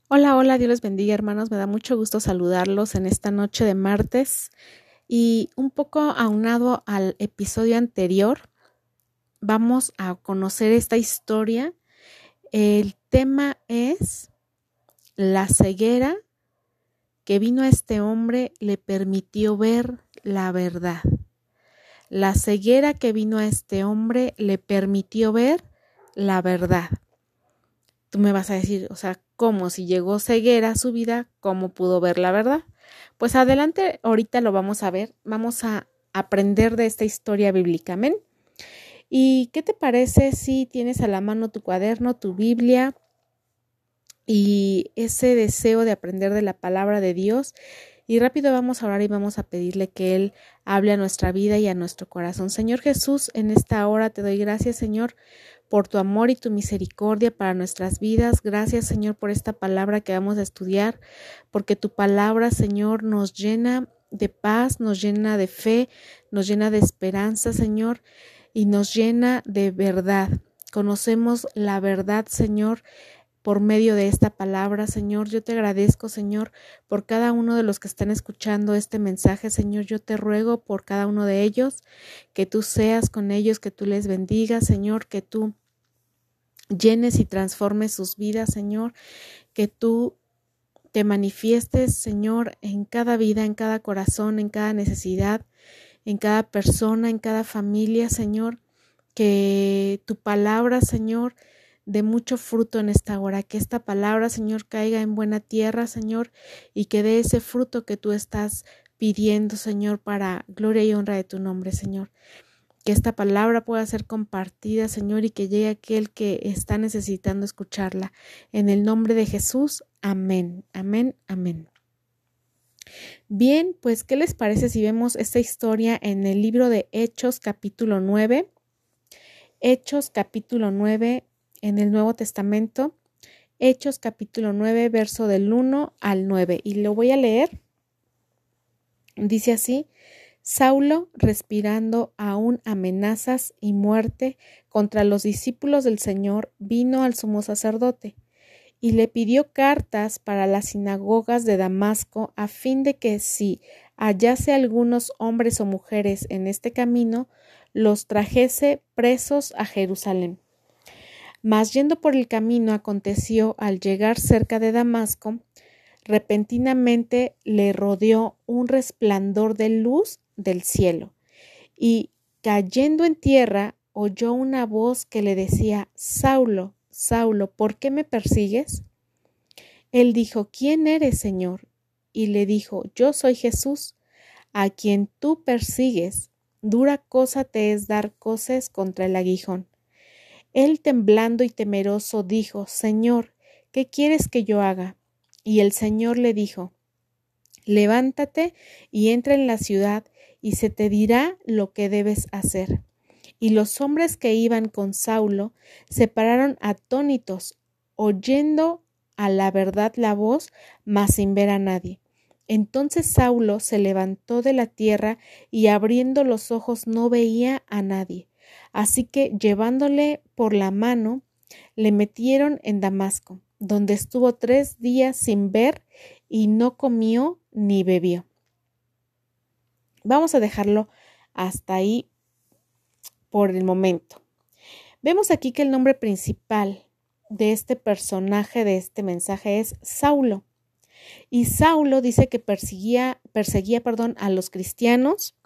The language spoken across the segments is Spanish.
Hola, hola, Dios les bendiga, hermanos. Me da mucho gusto saludarlos en esta noche de martes y un poco aunado al episodio anterior, vamos a conocer esta historia. El tema es la ceguera que vino a este hombre le permitió ver la verdad. La ceguera que vino a este hombre le permitió ver la verdad. Tú me vas a decir, ¿cómo? Si llegó ceguera a su vida, ¿cómo pudo ver la verdad? Pues adelante, ahorita lo vamos a ver, vamos a aprender de esta historia bíblica, amén. ¿Y qué te parece si tienes a la mano tu cuaderno, tu Biblia y ese deseo de aprender de la palabra de Dios? Y rápido vamos a orar y vamos a pedirle que Él hable a nuestra vida y a nuestro corazón. Señor Jesús, en esta hora te doy gracias, Señor, por tu amor y tu misericordia para nuestras vidas. Gracias, Señor, por esta palabra que vamos a estudiar, porque tu palabra, Señor, nos llena de paz, nos llena de fe, nos llena de esperanza, Señor, y nos llena de verdad. Conocemos la verdad, Señor, por medio de esta palabra, Señor. Yo te agradezco, Señor, por cada uno de los que están escuchando este mensaje, Señor. Yo te ruego por cada uno de ellos, que tú seas con ellos, que tú les bendigas, Señor, que tú llenes y transformes sus vidas, Señor, que tú te manifiestes, Señor, en cada vida, en cada corazón, en cada necesidad, en cada persona, en cada familia, Señor, que tu palabra, Señor, dé mucho fruto en esta hora, que esta palabra, Señor, caiga en buena tierra, Señor, y que dé ese fruto que tú estás pidiendo, Señor, para gloria y honra de tu nombre, Señor. Que esta palabra pueda ser compartida, Señor, y que llegue a aquel que está necesitando escucharla. En el nombre de Jesús, amén, amén, amén. Bien, pues, ¿qué les parece si vemos esta historia en el libro de Hechos, capítulo 9? Hechos, capítulo 9, en el Nuevo Testamento. Hechos, capítulo 9, verso del 1 al 9. Y lo voy a leer. Dice así: Saulo, respirando aún amenazas y muerte contra los discípulos del Señor, vino al sumo sacerdote y le pidió cartas para las sinagogas de Damasco, a fin de que si hallase algunos hombres o mujeres en este camino, los trajese presos a Jerusalén. Mas yendo por el camino, aconteció, al llegar cerca de Damasco, repentinamente le rodeó un resplandor de luz del cielo, y cayendo en tierra, oyó una voz que le decía: Saulo, Saulo, ¿por qué me persigues? Él dijo: ¿Quién eres, Señor? Y le dijo: Yo soy Jesús, a quien tú persigues. Dura cosa te es dar coces contra el aguijón. Él, temblando y temeroso, dijo: Señor, ¿qué quieres que yo haga? Y el Señor le dijo: Levántate y entra en la ciudad, y se te dirá lo que debes hacer. Y los hombres que iban con Saulo se pararon atónitos, oyendo a la verdad la voz, mas sin ver a nadie. Entonces Saulo se levantó de la tierra y abriendo los ojos no veía a nadie. Así que, llevándole por la mano, le metieron en Damasco, donde estuvo 3 días sin ver y no comió ni bebió. Vamos a dejarlo hasta ahí por el momento. Vemos aquí que el nombre principal de este personaje, de este mensaje, es Saulo. Y Saulo dice que perseguía a los cristianos,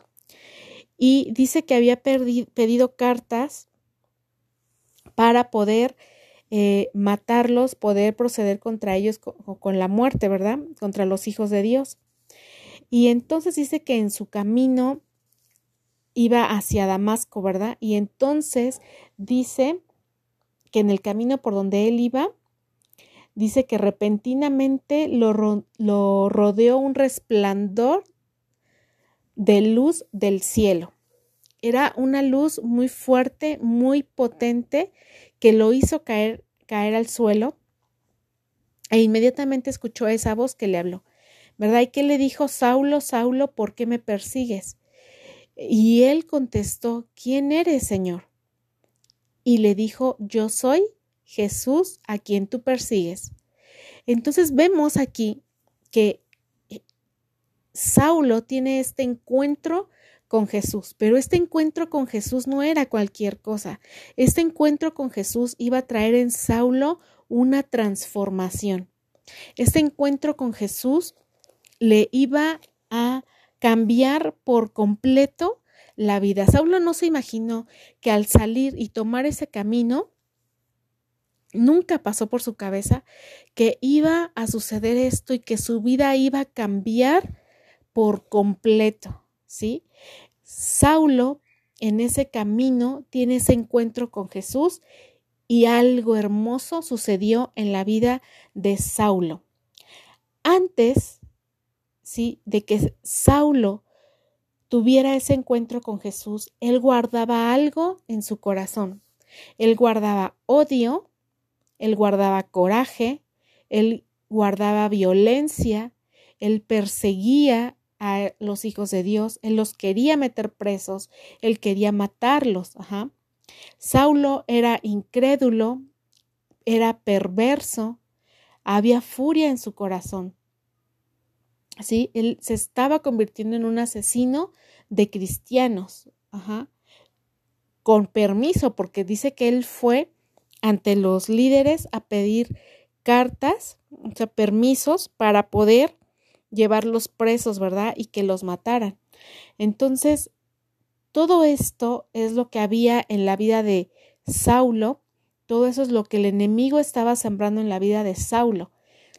y dice que había pedido cartas para poder matarlos, poder proceder contra ellos con la muerte, ¿verdad? Contra los hijos de Dios. Y entonces dice que en su camino iba hacia Damasco, ¿verdad? Y entonces dice que en el camino por donde él iba, dice que repentinamente lo rodeó un resplandor de luz del cielo. Era una luz muy fuerte, muy potente, que lo hizo caer al suelo, e inmediatamente escuchó esa voz que le habló, ¿verdad? Y que le dijo: Saulo, Saulo, ¿por qué me persigues? Y él contestó: ¿Quién eres, Señor? Y le dijo: Yo soy Jesús, a quien tú persigues. Entonces vemos aquí que Saulo tiene este encuentro con Jesús, pero este encuentro con Jesús no era cualquier cosa. Este encuentro con Jesús iba a traer en Saulo una transformación. Este encuentro con Jesús le iba a cambiar por completo la vida. Saulo no se imaginó que al salir y tomar ese camino, nunca pasó por su cabeza que iba a suceder esto y que su vida iba a cambiar por completo, ¿sí? Saulo en ese camino tiene ese encuentro con Jesús y algo hermoso sucedió en la vida de Saulo. Antes, ¿sí?, de que Saulo tuviera ese encuentro con Jesús, él guardaba algo en su corazón. Él guardaba odio, él guardaba coraje, él guardaba violencia, él perseguía a los hijos de Dios, él los quería meter presos, él quería matarlos. Saulo era incrédulo, era perverso, había furia en su corazón. ¿Sí? Él se estaba convirtiendo en un asesino de cristianos, con permiso, porque dice que él fue ante los líderes a pedir cartas, o sea, permisos para poder llevarlos presos, ¿verdad? Y que los mataran. Entonces, todo esto es lo que había en la vida de Saulo, todo eso es lo que el enemigo estaba sembrando en la vida de Saulo.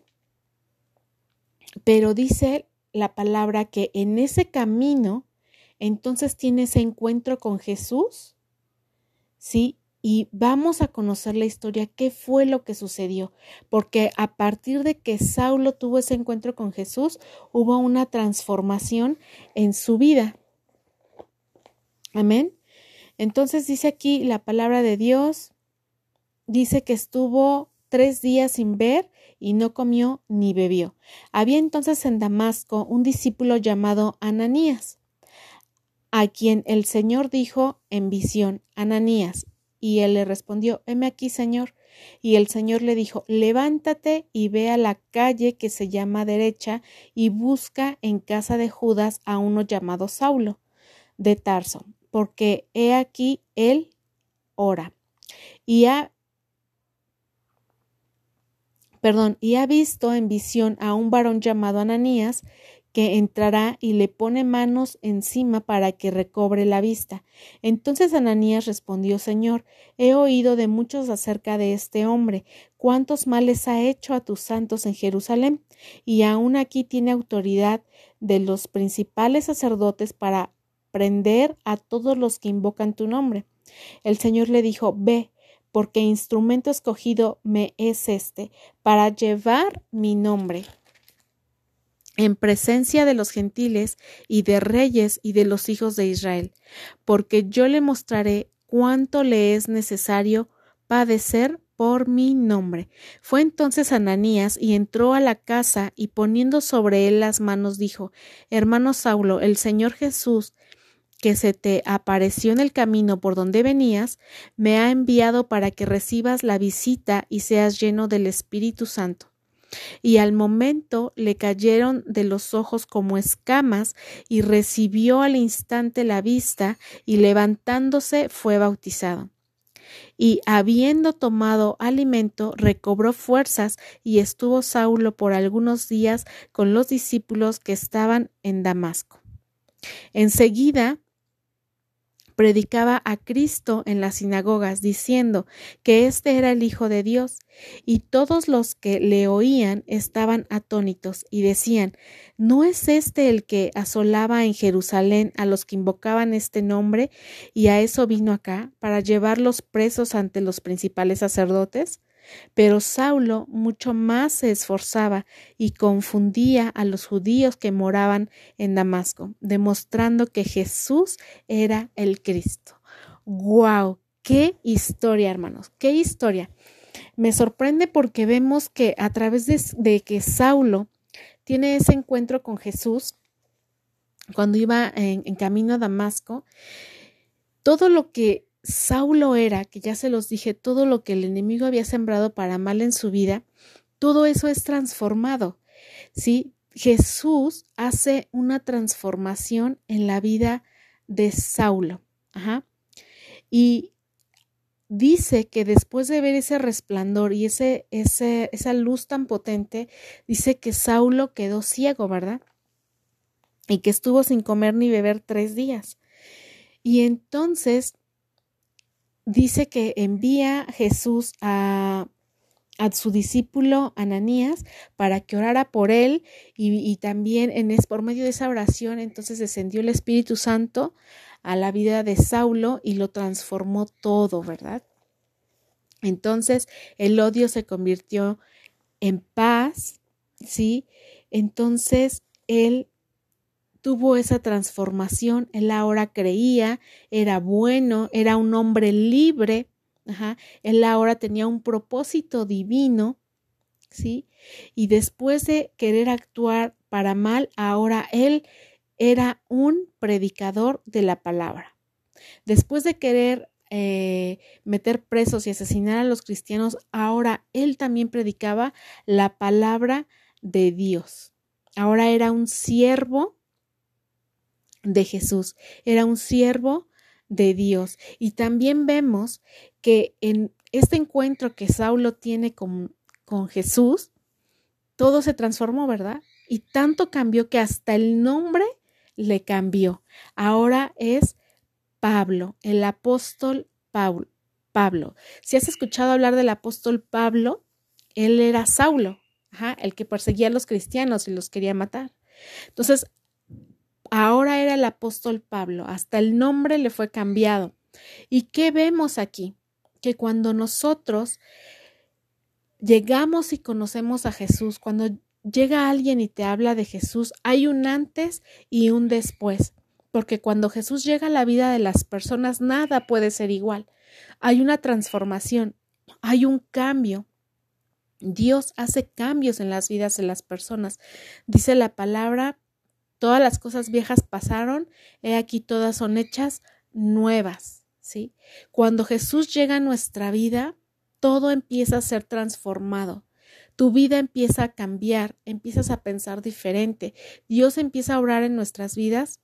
Pero dice la palabra que en ese camino, entonces tiene ese encuentro con Jesús, ¿sí? Y vamos a conocer la historia, qué fue lo que sucedió, porque a partir de que Saulo tuvo ese encuentro con Jesús, hubo una transformación en su vida. Amén. Entonces dice aquí la palabra de Dios, dice que estuvo 3 días sin ver y no comió ni bebió. Había entonces en Damasco un discípulo llamado Ananías, a quien el Señor dijo en visión: Ananías. Y él le respondió: heme aquí, Señor. Y el Señor le dijo: levántate y ve a la calle que se llama Derecha y busca en casa de Judas a uno llamado Saulo de Tarso, porque he aquí él ora. Y ha visto en visión a un varón llamado Ananías, que entrará y le pone manos encima para que recobre la vista. Entonces Ananías respondió: Señor, he oído de muchos acerca de este hombre, cuántos males ha hecho a tus santos en Jerusalén, y aún aquí tiene autoridad de los principales sacerdotes para prender a todos los que invocan tu nombre. El Señor le dijo: ve, porque instrumento escogido me es este, para llevar mi nombre en presencia de los gentiles y de reyes y de los hijos de Israel, porque yo le mostraré cuánto le es necesario padecer por mi nombre. Fue entonces Ananías y entró a la casa y poniendo sobre él las manos dijo: Hermano Saulo, el Señor Jesús, que se te apareció en el camino por donde venías, me ha enviado para que recibas la visita y seas lleno del Espíritu Santo. Y al momento le cayeron de los ojos como escamas y recibió al instante la vista y levantándose fue bautizado. Y habiendo tomado alimento, recobró fuerzas y estuvo Saulo por algunos días con los discípulos que estaban en Damasco. Enseguida predicaba a Cristo en las sinagogas, diciendo que éste era el Hijo de Dios, y todos los que le oían estaban atónitos y decían: ¿no es este el que asolaba en Jerusalén a los que invocaban este nombre, y a eso vino acá, para llevarlos presos ante los principales sacerdotes? Pero Saulo mucho más se esforzaba y confundía a los judíos que moraban en Damasco, demostrando que Jesús era el Cristo. ¡Guau! ¡Qué historia, hermanos! ¡Qué historia! Me sorprende porque vemos que a través de que Saulo tiene ese encuentro con Jesús, cuando iba en camino a Damasco, todo lo que Saulo era, que ya se los dije, todo lo que el enemigo había sembrado para mal en su vida, todo eso es transformado, ¿sí? Jesús hace una transformación en la vida de Saulo. Y dice que después de ver ese resplandor y esa luz tan potente, dice que Saulo quedó ciego, ¿verdad? Y que estuvo sin comer ni beber 3 días. Y entonces dice que envía Jesús a su discípulo Ananías para que orara por él y también por medio de esa oración entonces descendió el Espíritu Santo a la vida de Saulo y lo transformó todo, ¿verdad? Entonces el odio se convirtió en paz, ¿sí? Entonces él tuvo esa transformación, él ahora creía, era bueno, era un hombre libre, él ahora tenía un propósito divino, ¿sí? Y después de querer actuar para mal, ahora él era un predicador de la palabra. Después de querer meter presos y asesinar a los cristianos, ahora él también predicaba la palabra de Dios. Ahora era un siervo de Jesús, era un siervo de Dios. Y también vemos que en este encuentro que Saulo tiene con Jesús, todo se transformó, ¿verdad? Y tanto cambió que hasta el nombre le cambió. Ahora es Pablo, el apóstol Pablo. Si has escuchado hablar del apóstol Pablo, él era Saulo, el que perseguía a los cristianos y los quería matar. Entonces, ahora era el apóstol Pablo, hasta el nombre le fue cambiado. ¿Y qué vemos aquí? Que cuando nosotros llegamos y conocemos a Jesús, cuando llega alguien y te habla de Jesús, hay un antes y un después, porque cuando Jesús llega a la vida de las personas, nada puede ser igual. Hay una transformación, hay un cambio. Dios hace cambios en las vidas de las personas. Dice la palabra, todas las cosas viejas pasaron, he aquí todas son hechas nuevas, ¿sí? Cuando Jesús llega a nuestra vida, todo empieza a ser transformado. Tu vida empieza a cambiar, empiezas a pensar diferente. Dios empieza a obrar en nuestras vidas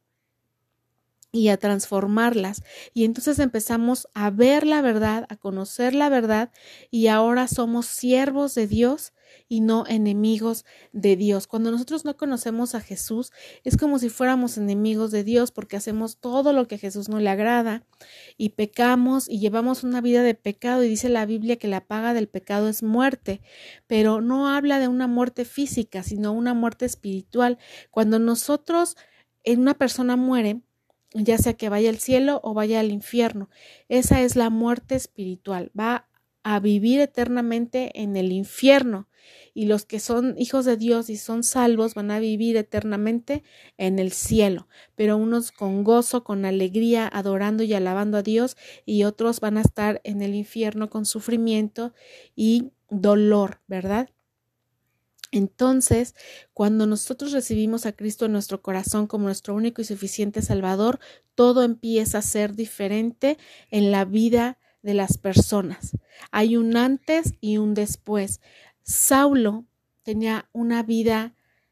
y a transformarlas. Y entonces empezamos a ver la verdad, a conocer la verdad, y ahora somos siervos de Dios y no enemigos de Dios. Cuando nosotros no conocemos a Jesús, es como si fuéramos enemigos de Dios, porque hacemos todo lo que a Jesús no le agrada y pecamos y llevamos una vida de pecado, y dice la Biblia que la paga del pecado es muerte, pero no habla de una muerte física, sino una muerte espiritual. Cuando una persona muere, ya sea que vaya al cielo o vaya al infierno, esa es la muerte espiritual, va a vivir eternamente en el infierno, y los que son hijos de Dios y son salvos van a vivir eternamente en el cielo, pero unos con gozo, con alegría, adorando y alabando a Dios, y otros van a estar en el infierno con sufrimiento y dolor, ¿verdad? Entonces, cuando nosotros recibimos a Cristo en nuestro corazón como nuestro único y suficiente Salvador, todo empieza a ser diferente en la vida de las personas. Hay un antes y un después. Saulo tenía una vida,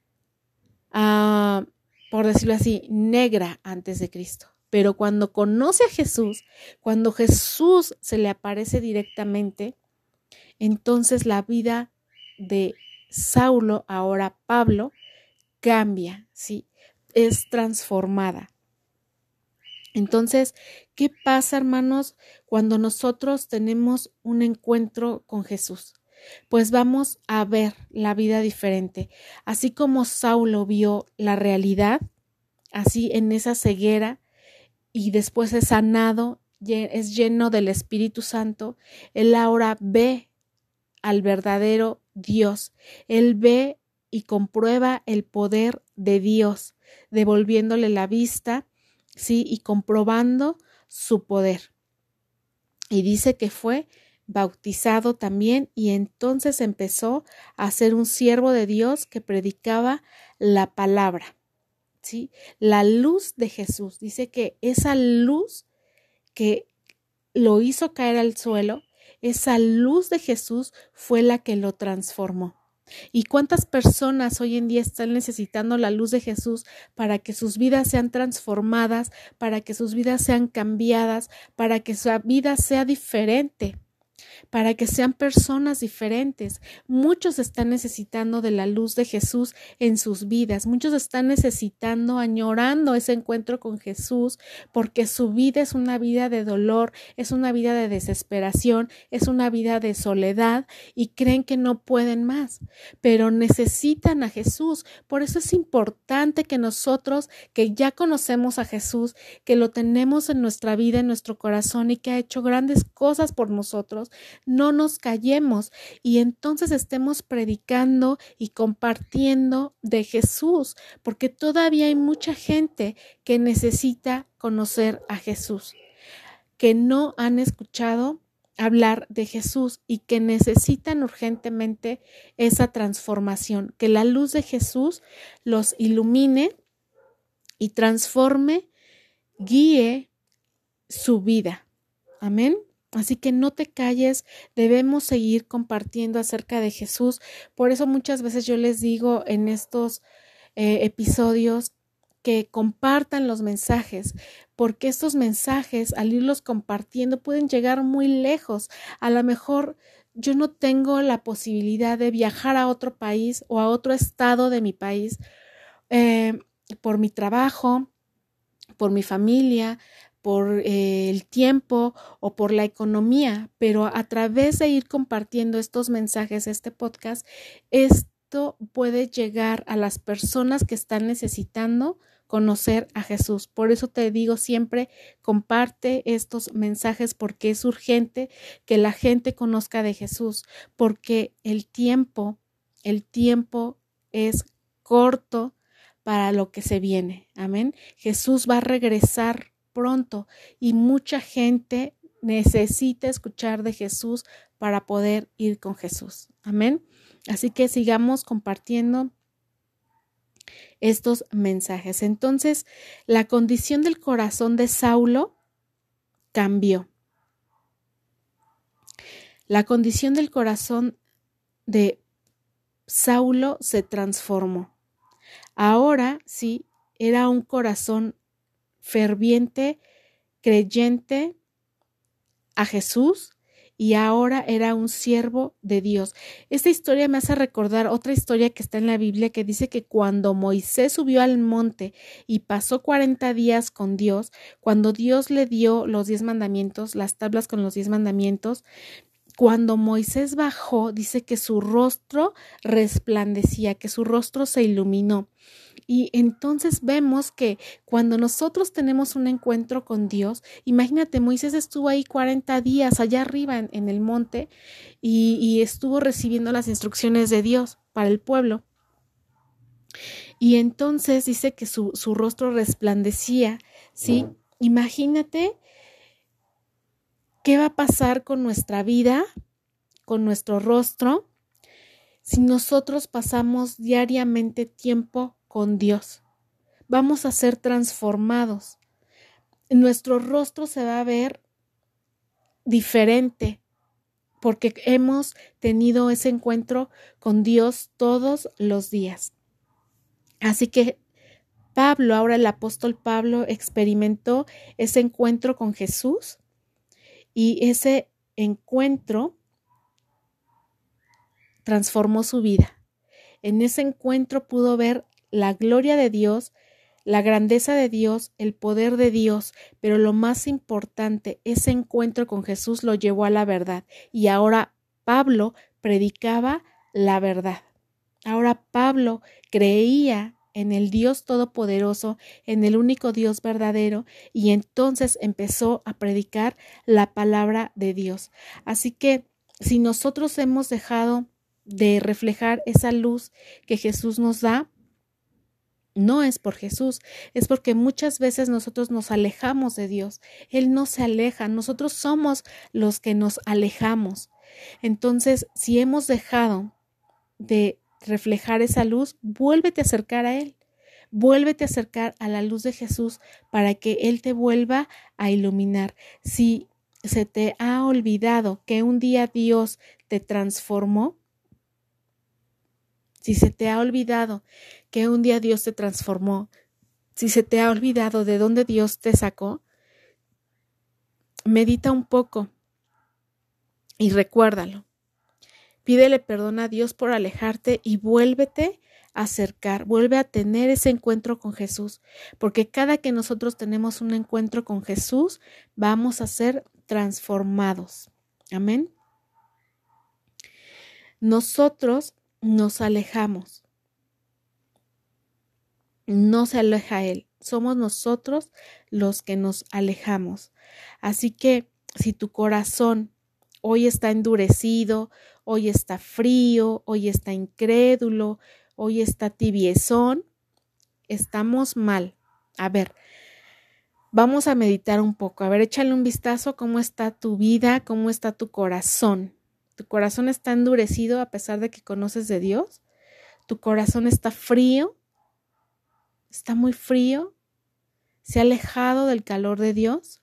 por decirlo así, negra antes de Cristo. Pero cuando conoce a Jesús, cuando Jesús se le aparece directamente, entonces la vida de Saulo, ahora Pablo, cambia, ¿sí? Es transformada. Entonces, ¿qué pasa, hermanos, cuando nosotros tenemos un encuentro con Jesús? Pues vamos a ver la vida diferente. Así como Saulo vio la realidad, así en esa ceguera, y después es sanado, es lleno del Espíritu Santo, él ahora ve al verdadero Dios. Él ve y comprueba el poder de Dios, devolviéndole la vista, ¿sí? Y comprobando su poder. Y dice que fue bautizado también, y entonces empezó a ser un siervo de Dios que predicaba la palabra, ¿sí? La luz de Jesús. Dice que esa luz que lo hizo caer al suelo, esa luz de Jesús fue la que lo transformó. ¿Y cuántas personas hoy en día están necesitando la luz de Jesús para que sus vidas sean transformadas, para que sus vidas sean cambiadas, para que su vida sea diferente? Para que sean personas diferentes. Muchos están necesitando de la luz de Jesús en sus vidas. Muchos están necesitando, añorando ese encuentro con Jesús, porque su vida es una vida de dolor, es una vida de desesperación, es una vida de soledad y creen que no pueden más, pero necesitan a Jesús. Por eso es importante que nosotros, que ya conocemos a Jesús, que lo tenemos en nuestra vida, en nuestro corazón y que ha hecho grandes cosas por nosotros, no nos callemos y entonces estemos predicando y compartiendo de Jesús, porque todavía hay mucha gente que necesita conocer a Jesús, que no han escuchado hablar de Jesús y que necesitan urgentemente esa transformación, que la luz de Jesús los ilumine y transforme, guíe su vida. Amén. Así que no te calles, debemos seguir compartiendo acerca de Jesús. Por eso muchas veces yo les digo en estos episodios que compartan los mensajes, porque estos mensajes, al irlos compartiendo, pueden llegar muy lejos. A lo mejor yo no tengo la posibilidad de viajar a otro país o a otro estado de mi país por mi trabajo, por mi familia, por el tiempo o por la economía, pero a través de ir compartiendo estos mensajes, este podcast, esto puede llegar a las personas que están necesitando conocer a Jesús. Por eso te digo siempre, comparte estos mensajes porque es urgente que la gente conozca de Jesús, porque el tiempo es corto para lo que se viene. Amén. Jesús va a regresar pronto y mucha gente necesita escuchar de Jesús para poder ir con Jesús. Amén. Así que sigamos compartiendo estos mensajes. Entonces, la condición del corazón de Saulo cambió. La condición del corazón de Saulo se transformó. Ahora sí, era un corazón ferviente, creyente a Jesús y ahora era un siervo de Dios. Esta historia me hace recordar otra historia que está en la Biblia que dice que cuando Moisés subió al monte y pasó 40 días con Dios, cuando Dios le dio los 10 mandamientos, las tablas con los 10 mandamientos, cuando Moisés bajó, dice que su rostro resplandecía, que su rostro se iluminó. Y entonces vemos que cuando nosotros tenemos un encuentro con Dios, imagínate, Moisés estuvo ahí 40 días allá arriba en el monte y estuvo recibiendo las instrucciones de Dios para el pueblo. Y entonces dice que su rostro resplandecía, ¿sí? Imagínate qué va a pasar con nuestra vida, con nuestro rostro, si nosotros pasamos diariamente tiempo con Dios. Vamos a ser transformados. Nuestro rostro se va a ver diferente porque hemos tenido ese encuentro con Dios todos los días. Así que Pablo, ahora el apóstol Pablo, experimentó ese encuentro con Jesús y ese encuentro transformó su vida. En ese encuentro pudo ver la gloria de Dios, la grandeza de Dios, el poder de Dios, pero lo más importante, ese encuentro con Jesús lo llevó a la verdad. Y ahora Pablo predicaba la verdad. Ahora Pablo creía en el Dios Todopoderoso, en el único Dios verdadero, y entonces empezó a predicar la palabra de Dios. Así que si nosotros hemos dejado de reflejar esa luz que Jesús nos da, no es por Jesús, es porque muchas veces nosotros nos alejamos de Dios. Él no se aleja, nosotros somos los que nos alejamos. Entonces, si hemos dejado de reflejar esa luz, vuélvete a acercar a Él. Vuélvete a acercar a la luz de Jesús para que Él te vuelva a iluminar. Si se te ha olvidado que un día Dios te transformó, Si se te ha olvidado que un día Dios te transformó, si se te ha olvidado de dónde Dios te sacó, medita un poco y recuérdalo. Pídele perdón a Dios por alejarte y vuélvete a acercar, vuelve a tener ese encuentro con Jesús, porque cada que nosotros tenemos un encuentro con Jesús, vamos a ser transformados. Amén. Nosotros nos alejamos. No se aleja Él. Somos nosotros los que nos alejamos. Así que si tu corazón hoy está endurecido, hoy está frío, hoy está incrédulo, hoy está tibiezón, estamos mal. A ver, vamos a meditar un poco. A ver, échale un vistazo cómo está tu vida, cómo está tu corazón. ¿Tu corazón está endurecido a pesar de que conoces de Dios? ¿Tu corazón está frío? ¿Está muy frío? ¿Se ha alejado del calor de Dios?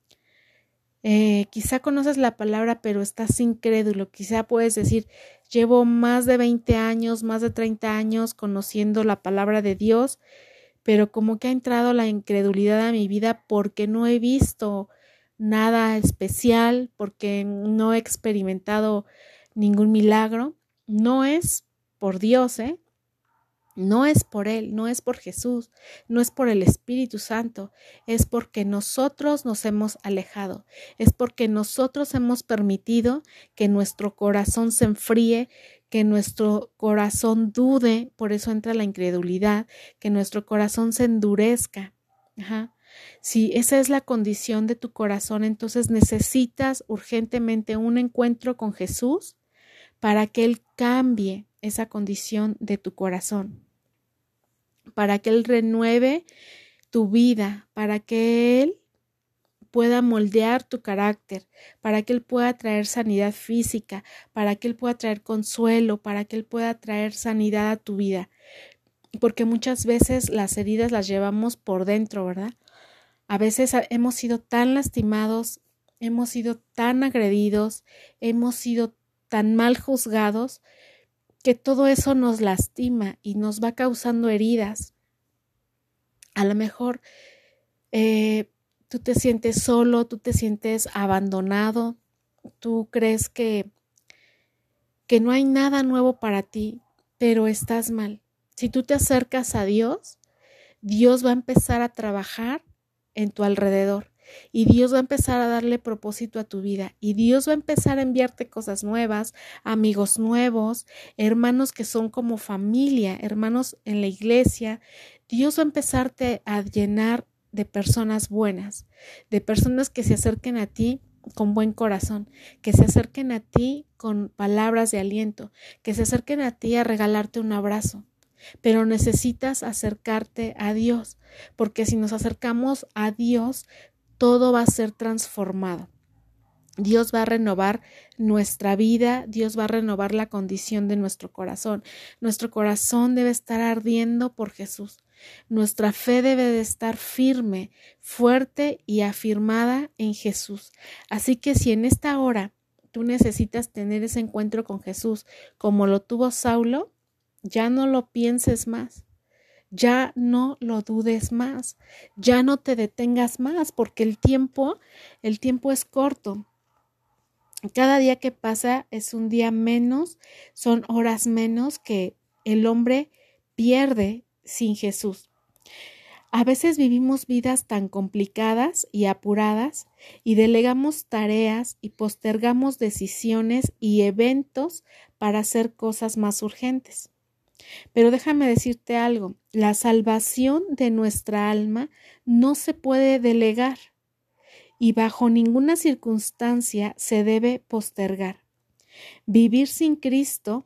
Quizá conoces la palabra, pero estás incrédulo. Quizá puedes decir, llevo más de 20 años, más de 30 años conociendo la palabra de Dios, pero como que ha entrado la incredulidad a mi vida porque no he visto nada especial, porque no he experimentado ningún milagro. No es por Dios, no es por Él, no es por Jesús, no es por el Espíritu Santo, es porque nosotros nos hemos alejado, es porque nosotros hemos permitido que nuestro corazón se enfríe, que nuestro corazón dude, por eso entra la incredulidad, que nuestro corazón se endurezca. Si esa es la condición de tu corazón, entonces necesitas urgentemente un encuentro con Jesús para que Él cambie esa condición de tu corazón, para que Él renueve tu vida, para que Él pueda moldear tu carácter, para que Él pueda traer sanidad física, para que Él pueda traer consuelo, para que Él pueda traer sanidad a tu vida. Porque muchas veces las heridas las llevamos por dentro, ¿verdad? A veces hemos sido tan lastimados, hemos sido tan agredidos, hemos sido tan mal juzgados, que todo eso nos lastima y nos va causando heridas. A lo mejor tú te sientes solo, tú te sientes abandonado, tú crees que no hay nada nuevo para ti, pero estás mal. Si tú te acercas a Dios, Dios va a empezar a trabajar en tu alrededor. Y Dios va a empezar a darle propósito a tu vida. Y Dios va a empezar a enviarte cosas nuevas, amigos nuevos, hermanos que son como familia, hermanos en la iglesia. Dios va a empezarte a llenar de personas buenas, de personas que se acerquen a ti con buen corazón, que se acerquen a ti con palabras de aliento, que se acerquen a ti a regalarte un abrazo. Pero necesitas acercarte a Dios, porque si nos acercamos a Dios, todo va a ser transformado. Dios va a renovar nuestra vida, Dios va a renovar la condición de nuestro corazón. Nuestro corazón debe estar ardiendo por Jesús. Nuestra fe debe de estar firme, fuerte y afirmada en Jesús. Así que si en esta hora tú necesitas tener ese encuentro con Jesús como lo tuvo Saulo, ya no lo pienses más. Ya no lo dudes más, ya no te detengas más, porque el tiempo es corto. Cada día que pasa es un día menos, son horas menos que el hombre pierde sin Jesús. A veces vivimos vidas tan complicadas y apuradas y delegamos tareas y postergamos decisiones y eventos para hacer cosas más urgentes. Pero déjame decirte algo, la salvación de nuestra alma no se puede delegar y bajo ninguna circunstancia se debe postergar. Vivir sin Cristo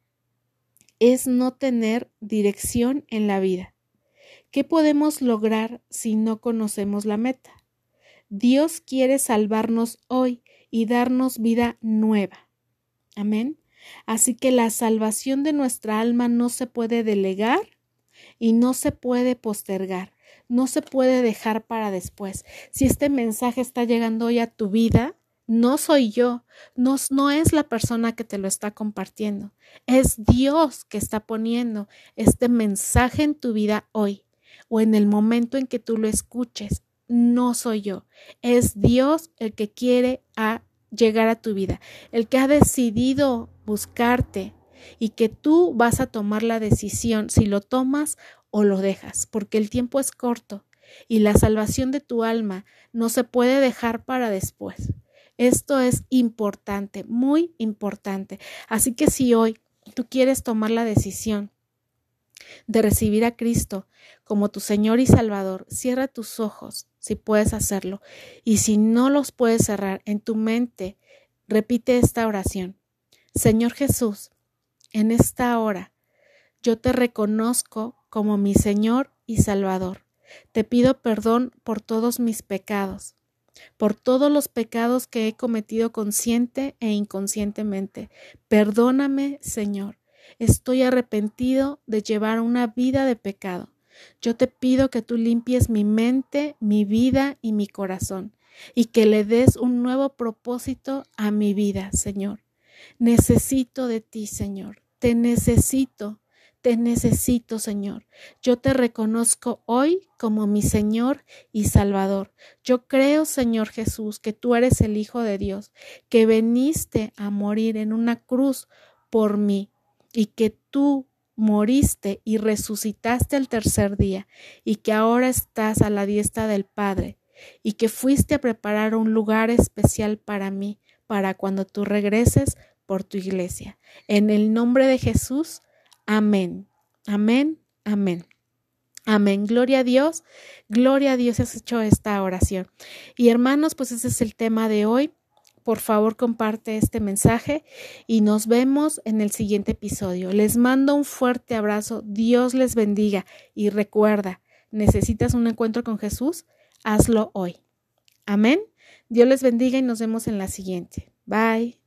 es no tener dirección en la vida. ¿Qué podemos lograr si no conocemos la meta? Dios quiere salvarnos hoy y darnos vida nueva. Amén. Así que la salvación de nuestra alma no se puede delegar y no se puede postergar, no se puede dejar para después. Si este mensaje está llegando hoy a tu vida, No soy yo, no es la persona que te lo está compartiendo, es Dios que está poniendo este mensaje en tu vida hoy o en el momento en que tú lo escuches. No soy yo, es Dios el que quiere llegar a tu vida, el que ha decidido buscarte y que tú vas a tomar la decisión si lo tomas o lo dejas, porque el tiempo es corto y la salvación de tu alma no se puede dejar para después. Esto es importante, muy importante. Así que si hoy tú quieres tomar la decisión de recibir a Cristo como tu Señor y Salvador, cierra tus ojos si puedes hacerlo. Y si no los puedes cerrar, en tu mente repite esta oración. Señor Jesús, en esta hora yo te reconozco como mi Señor y Salvador. Te pido perdón por todos mis pecados, por todos los pecados que he cometido consciente e inconscientemente. Perdóname, Señor. Estoy arrepentido de llevar una vida de pecado. Yo te pido que tú limpies mi mente, mi vida y mi corazón, y que le des un nuevo propósito a mi vida, Señor. Necesito de ti, Señor. Te necesito, Señor. Yo te reconozco hoy como mi Señor y Salvador. Yo creo, Señor Jesús, que tú eres el Hijo de Dios, que viniste a morir en una cruz por mí y que tú moriste y resucitaste el tercer día y que ahora estás a la diestra del Padre y que fuiste a preparar un lugar especial para mí, para cuando tú regreses por tu iglesia. En el nombre de Jesús, amén, amén, amén. Amén, gloria a Dios, has hecho esta oración. Y hermanos, pues ese es el tema de hoy. Por favor, comparte este mensaje y nos vemos en el siguiente episodio. Les mando un fuerte abrazo, Dios les bendiga y recuerda, ¿necesitas un encuentro con Jesús? Hazlo hoy. Amén. Dios les bendiga y nos vemos en la siguiente. Bye.